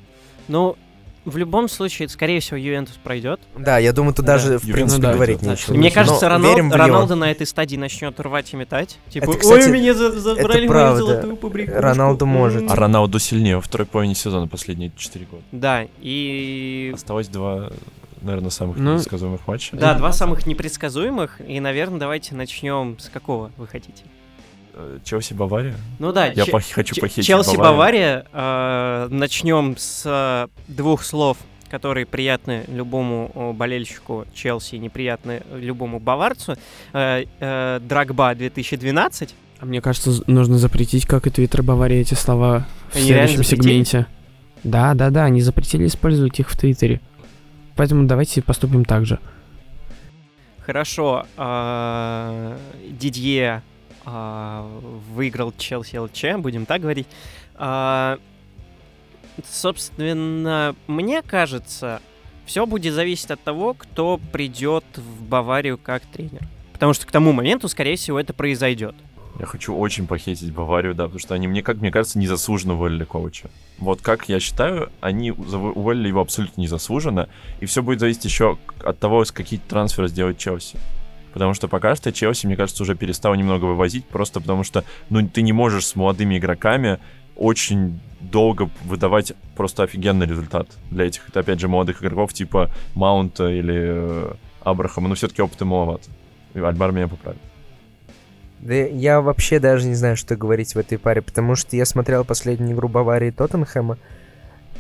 ну, в любом случае, скорее всего, Ювентус пройдет. Да, я думаю, тут Да. даже, в Ювентус принципе, пройдет, говорить так нечего. что- Мне Ну, кажется, Но Ронал- верим в Леон. Роналдо на этой стадии начнет рвать и метать. Типа, Это, кстати, ой, меня за- забрали мою правда. золотую побрякушку. Роналду может. М. А Роналду сильнее во второй половине сезона последние четыре года. Да, и... Осталось два, наверное, самых Ну, непредсказуемых матча. Да, два самых непредсказуемых. И, наверное, давайте начнем с какого вы хотите? Э, Челси-Бавария. Ну да, Я Че- пох- хочу Че- похитить Челси-Бавария. э, Начнем с э, двух слов, которые приятны любому э, болельщику Челси, неприятны любому баварцу. Э, э, Дрогба две тысячи двенадцать. А мне кажется, з- нужно запретить, как и Твиттер Баварии, эти слова в Они реально следующем запретили? сегменте. Да, да, да, они запретили использовать их в Твиттере. Поэтому давайте поступим так же. Хорошо. э, Дидье э, выиграл Челси ЛЧ, будем так говорить. Э, Собственно, мне кажется, все будет зависеть от того, кто придет в Баварию как тренер. Потому что к тому моменту, скорее всего, это произойдет. Я хочу очень похитить Баварию, да, потому что они, мне, как мне кажется, незаслуженно уволили Ковача. Вот как я считаю, они зав- уволили его абсолютно незаслуженно, и все будет зависеть еще от того, с какие трансферы сделает Челси. Потому что пока что Челси, мне кажется, уже перестал немного вывозить, просто потому что, ну, ты не можешь с молодыми игроками очень долго выдавать просто офигенный результат для этих, опять же, молодых игроков типа Маунта или э, Абрахама, но все-таки опыта маловато. И Альбар меня поправит. Да я вообще даже не знаю, что говорить в этой паре, потому что я смотрел последнюю игру Баварии и Тоттенхэма,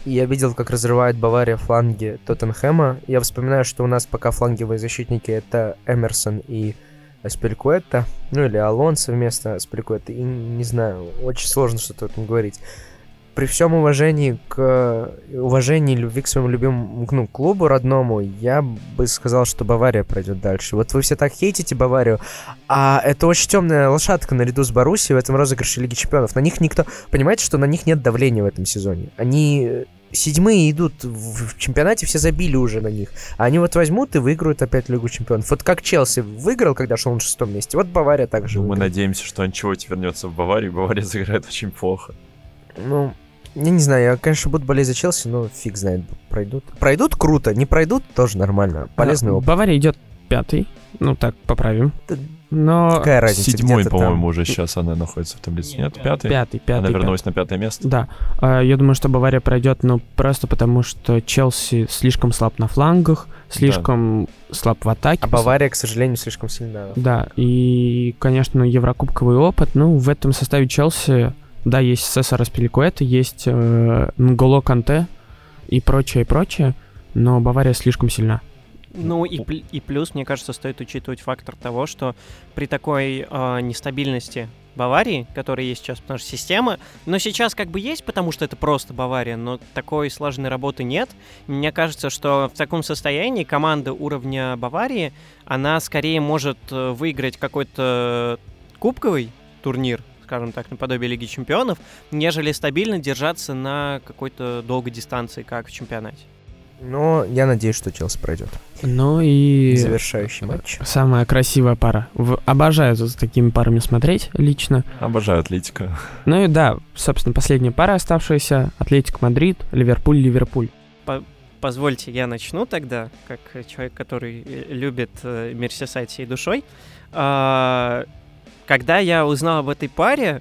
Я видел, как разрывает Бавария фланги Тоттенхэма. Я вспоминаю, что у нас пока фланговые защитники — это Эмерсон и Аспилькуэта, ну или Алонсо вместо Аспилькуэта. И не знаю, очень сложно что-то об этом говорить. При всем уважении к уважении любви к своему любимому ну, клубу родному, я бы сказал, что Бавария пройдет дальше. Вот вы все так хейтите Баварию, а это очень темная лошадка наряду с Боруссией в этом розыгрыше Лиги Чемпионов. На них никто... Понимаете, что на них нет давления в этом сезоне? Они седьмые идут в чемпионате, все забили уже на них. А они вот возьмут и выиграют опять Лигу Чемпионов. Вот как Челси выиграл, когда шел на шестом месте, вот Бавария также ну, мы выиграет. надеемся, что Анчелотти вернется в Баварию, и Бавария сыграет очень плохо. Ну... Я не знаю, я, конечно, буду болеть за Челси, но фиг знает, пройдут. Пройдут — круто, не пройдут — тоже нормально. Полезный а, опыт. Бавария идет пятый, ну так, поправим. Но... Какая разница? Седьмой, где-то по-моему, там. уже сейчас она находится в таблице. Нет, пятый? Пятый, пятый. Она пятый. вернулась на пятое место? Да. А, Я думаю, что Бавария пройдет, ну, просто потому что Челси слишком слаб на флангах, слишком слаб в атаке. А Бавария, к сожалению, слишком сильна. Да, и, конечно, еврокубковый опыт. Ну, в этом составе Челси, да, есть Сесар Аспиликуэта, есть э, Нголо Канте и прочее, и прочее, но Бавария слишком сильна. Ну и, пл- и плюс, мне кажется, стоит учитывать фактор того, что при такой э, нестабильности Баварии, которая есть сейчас, потому что система, но сейчас как бы есть, потому что это просто Бавария, но такой слаженной работы нет. Мне кажется, что в таком состоянии команда уровня Баварии, она скорее может выиграть какой-то кубковый турнир, скажем так, наподобие Лиги Чемпионов, нежели стабильно держаться на какой-то долгой дистанции, как в чемпионате. Но я надеюсь, что Челси пройдет. Ну и... Завершающий матч. Самая красивая пара. В... Обожаю за такими парами смотреть лично. Обожаю Атлетико. Ну и да, собственно, последняя пара оставшаяся. Атлетико Мадрид, Ливерпуль, Ливерпуль. Позвольте, я начну тогда, как человек, который любит Мерсисайд всей душой. Когда я узнал об этой паре,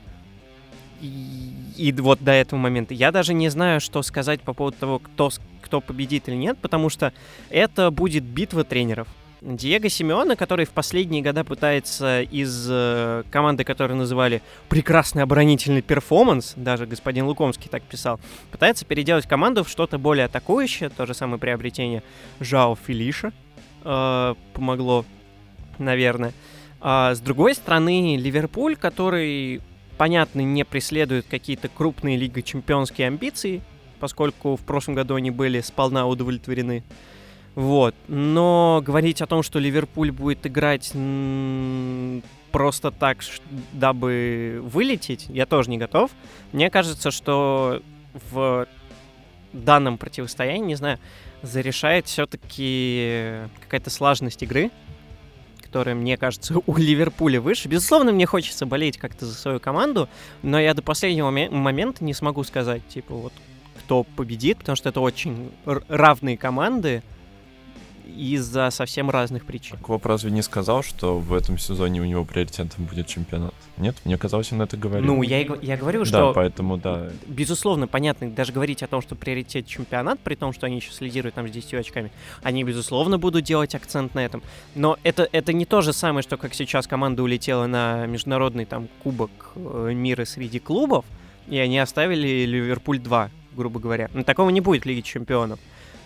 и, и вот до этого момента, я даже не знаю, что сказать по поводу того, кто, кто победит или нет, потому что это будет битва тренеров. Диего Симеоне, который в последние годы пытается из э, команды, которую называли «прекрасный оборонительный перформанс», даже господин Лукомский так писал, пытается переделать команду в что-то более атакующее, то же самое приобретение Жао Фелиша э, помогло, наверное. А с другой стороны, Ливерпуль, который, понятно, не преследует какие-то крупные лиго чемпионские амбиции, поскольку в прошлом году они были сполна удовлетворены. Вот. Но говорить о том, что Ливерпуль будет играть м- просто так, дабы вылететь, я тоже не готов. Мне кажется, что в данном противостоянии, не знаю, зарешает все-таки какая-то слаженность игры, которая, мне кажется, у Ливерпуля выше. Безусловно, мне хочется болеть как-то за свою команду, но я до последнего м- момента не смогу сказать, типа, вот, кто победит, потому что это очень р- равные команды из-за совсем разных причин. Клоп разве не сказал, что в этом сезоне у него приоритетом будет чемпионат? Нет? Мне казалось, он это говорил. Ну, я, и, я говорю, да, что... Да, поэтому, да. Безусловно, понятно, даже говорить о том, что приоритет чемпионат, при том, что они сейчас лидируют там с десятью очками, они, безусловно, будут делать акцент на этом. Но это, это не то же самое, что как сейчас команда улетела на международный там кубок мира среди клубов, и они оставили Ливерпуль два, грубо говоря. Но такого не будет в Лиге Чемпионов.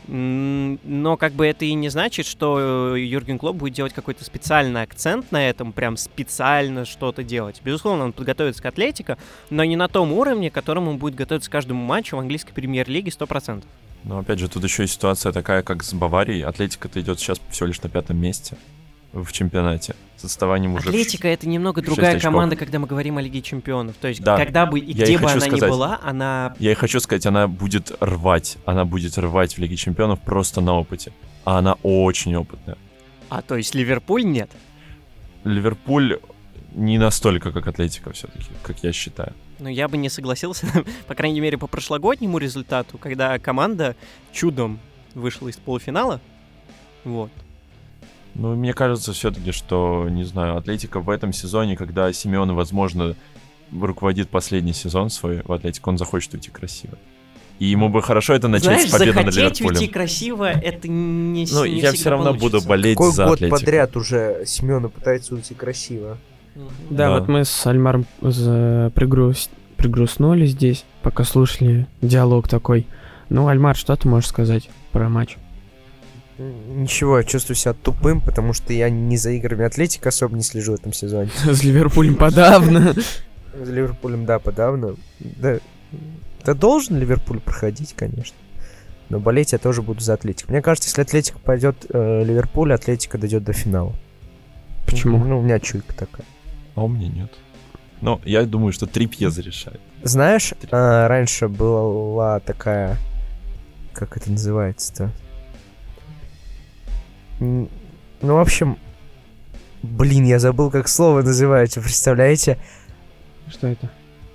Но как бы это и не значит, что Юрген Клопп будет делать какой-то специальный акцент на этом, прям специально что-то делать. Безусловно, он подготовится к Атлетико, но не на том уровне, к которому он будет готовиться к каждому матчу в английской премьер-лиге сто процентов. Но опять же, тут еще и ситуация такая, как с Баварией. Атлетико-то идет сейчас всего лишь на пятом месте в чемпионате. С отставанием уже... Атлетика — это немного другая команда, когда мы говорим о Лиге Чемпионов. То есть, да. когда бы и Я где и бы она сказать, ни была, она... Я и хочу сказать, она будет рвать. Она будет рвать в Лиге Чемпионов просто на опыте. А она очень опытная. А, то есть Ливерпуль нет? Ливерпуль не настолько, как Атлетико все-таки, как я считаю. Ну, я бы не согласился, по крайней мере, по прошлогоднему результату, когда команда чудом вышла из полуфинала. Вот. Ну, мне кажется все-таки, что, не знаю, Атлетико в этом сезоне, когда Симеоне, возможно, руководит последний сезон свой в Атлетико, он захочет уйти красиво. И ему бы хорошо это начать Знаешь, с победы над Ливерпулем. захотеть уйти красиво, это не Ну, не я все равно получится. буду болеть Какой за год Атлетико. подряд уже Симеоне пытается уйти красиво. Мгм. Да, Да. вот мы с Альмаром за- пригрус... пригрустнули здесь, пока слушали диалог такой. Ну, Альмар, что ты можешь сказать про матч? Ничего, я чувствую себя тупым, потому что я не за играми Атлетико особо не слежу в этом сезоне. С Ливерпулем подавно. С Ливерпулем, да, подавно. Да, да должен Ливерпуль проходить, конечно. Но болеть я тоже буду за Атлетико. Мне кажется, если Атлетико пойдет э, Ливерпуль, Атлетико дойдет до финала. Почему? Ну, у меня чуйка такая. А у меня нет. Но я думаю, что Трипье зарешает. Знаешь, э, раньше была такая... Как это называется-то? Ну, в общем... Блин, я забыл, как слово называется, представляете? Что это?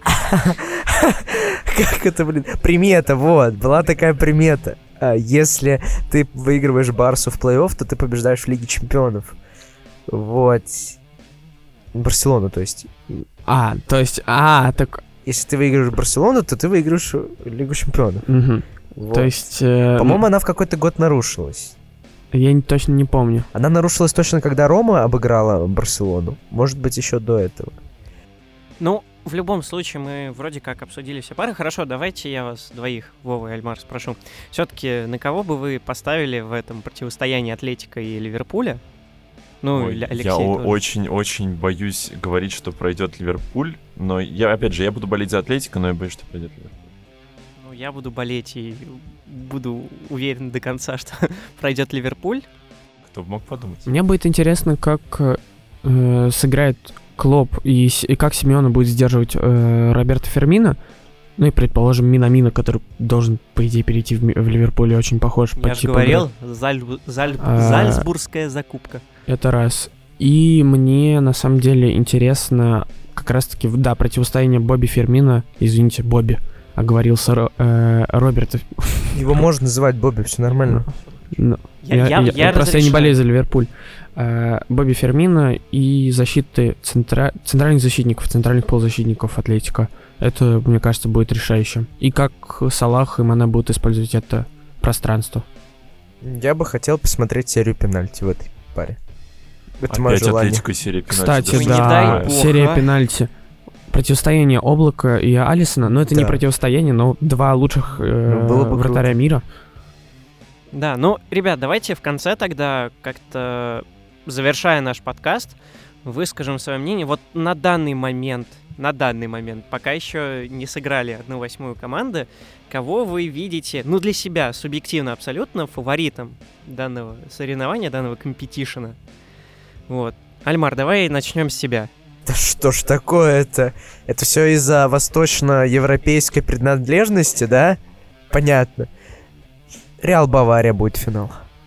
Как это, блин? Примета, вот. Была такая примета. Если ты выигрываешь Барсу в плей-офф, то ты побеждаешь в Лиге Чемпионов. Вот. Барселону, то есть. А, то есть, а, так... Если ты выигрываешь Барселону, то ты выигрываешь Лигу Чемпионов. Угу. Вот. То есть... Э, По-моему, она в какой-то год нарушилась. Я не, точно не помню. Она нарушилась точно, когда Рома обыграла Барселону. Может быть, еще до этого. Ну, в любом случае, мы вроде как обсудили все пары. Хорошо, давайте я вас двоих, Вова и Альмар, спрошу. Все-таки на кого бы вы поставили в этом противостоянии Атлетико и Ливерпуля? Ну, Ой, Алексей я тоже. очень-очень боюсь говорить, что пройдет Ливерпуль. Но я, опять же, я буду болеть за Атлетико, но я боюсь, что пройдет Ливерпуль. Ну, я буду болеть и буду уверен до конца, что пройдет Ливерпуль. Кто бы мог подумать? Мне будет интересно, как э, сыграет Клоп и, и как Симеона будет сдерживать э, Роберто Фермино. Ну и, предположим, Минамино, который должен, по идее, перейти в, в Ливерпуль, очень похож. Я же говорил, Заль... Заль... А... Зальцбургская закупка. Это раз. И мне, на самом деле, интересно как раз-таки, да, противостояние Бобби Фермино, извините, Бобби, оговорился Ро, э, Роберта. Его можно называть Бобби, все нормально. Ну, я, я, я, я просто я не болею за Ливерпуль. Э, Бобби Фермино и защиты центра... центральных защитников, центральных полузащитников Атлетико. Это, мне кажется, будет решающим. И как Салах и Мане будут использовать это пространство. Я бы хотел посмотреть серию пенальти в этой паре. Это мое Опять желание. Атлетико серия пенальти. Кстати, Ой, да, не дай бог, серия а. пенальти. Противостояние Облака и Алисона, но это Да. не противостояние, но два лучших э, Ну, было бы вратаря круто. мира. Да, ну, ребят, давайте в конце тогда как-то, завершая наш подкаст, выскажем свое мнение. Вот на данный момент, на данный момент, пока еще не сыграли одну восьмую команды, кого вы видите, ну, для себя, субъективно абсолютно, фаворитом данного соревнования, данного компетишена? Вот. Альмар, давай начнем с себя. Да что ж такое-то? Это все из-за восточноевропейской принадлежности, да? Понятно. Реал Бавария будет финал.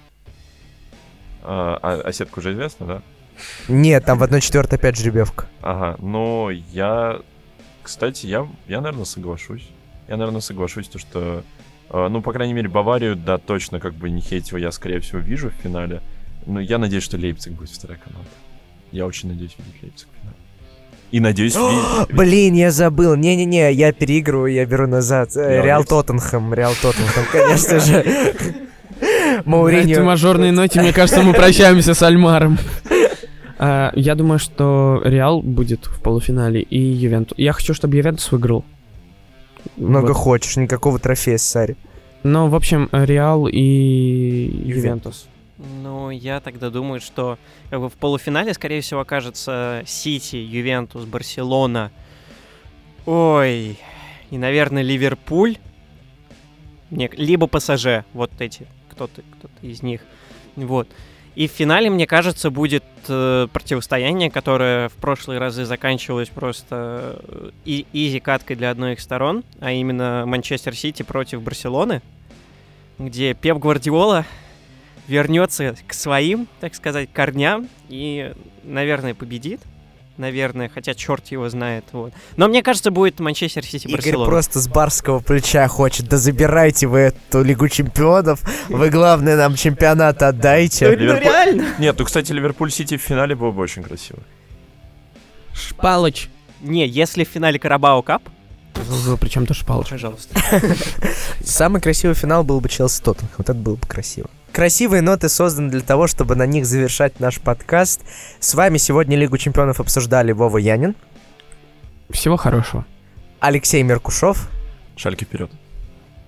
А, а, а сетка уже известна, да? Нет, там в одна четвертая опять жеребьевка. Ага, но я... Кстати, я, я, наверное, соглашусь. Я, наверное, соглашусь, то, что... э, ну, по крайней мере, Баварию, да, точно, как бы не хейть его, я, скорее всего, вижу в финале. Но я надеюсь, что Лейпциг будет вторая команда. Я очень надеюсь видеть Лейпциг в финале. И надеюсь видеть... Блин, я забыл. Не-не-не, я переигрываю, я беру назад. Э, Реал Реал Лейпциг. Тоттенхэм, Реал Тоттенхэм, конечно же. На этой Мауриньо. мажорной ноте, мне кажется, мы прощаемся с Альмаром. А, Я думаю, что Реал будет в полуфинале и Ювентус. Я хочу, чтобы Ювентус выиграл. Много Вот. хочешь, никакого трофея, Сари. Ну, в общем, Реал и Ювентус. Ну, я тогда думаю, что как бы в полуфинале, скорее всего, окажется Сити, Ювентус, Барселона. Ой, и, наверное, Ливерпуль. Не, либо ПСЖ, вот эти, кто-то, кто-то из них. Вот. И в финале, мне кажется, будет э, противостояние, которое в прошлые разы заканчивалось просто э, и- изи-каткой для одной из сторон, а именно Манчестер Сити против Барселоны, где Пеп Гвардиола вернется к своим, так сказать, корням и, наверное, победит. Наверное, хотя черт его знает. Вот. Но мне кажется, будет Манчестер Сити Игорь Барселона. просто с барского плеча хочет. Да забирайте вы эту Лигу Чемпионов. Вы, главное, нам чемпионат отдайте. Ну, ну, реально. Нет, ну, кстати, Ливерпуль-Сити в финале было бы очень красиво. Шпалыч. Не, если в финале Карабао Кап, Причем тоже Шпалыч. пожалуйста. Самый красивый финал был бы Челси-Тоттенхэм. Вот это было бы красиво. Красивые ноты созданы для того, чтобы на них завершать наш подкаст. С вами сегодня Лигу Чемпионов обсуждали Вова Янин, Всего хорошего. Алексей Меркушев Шальки вперед.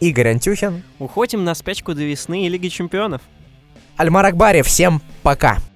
Игорь Антюхин. Уходим на спячку до весны и Лиги Чемпионов. Альмар Акбари, всем пока!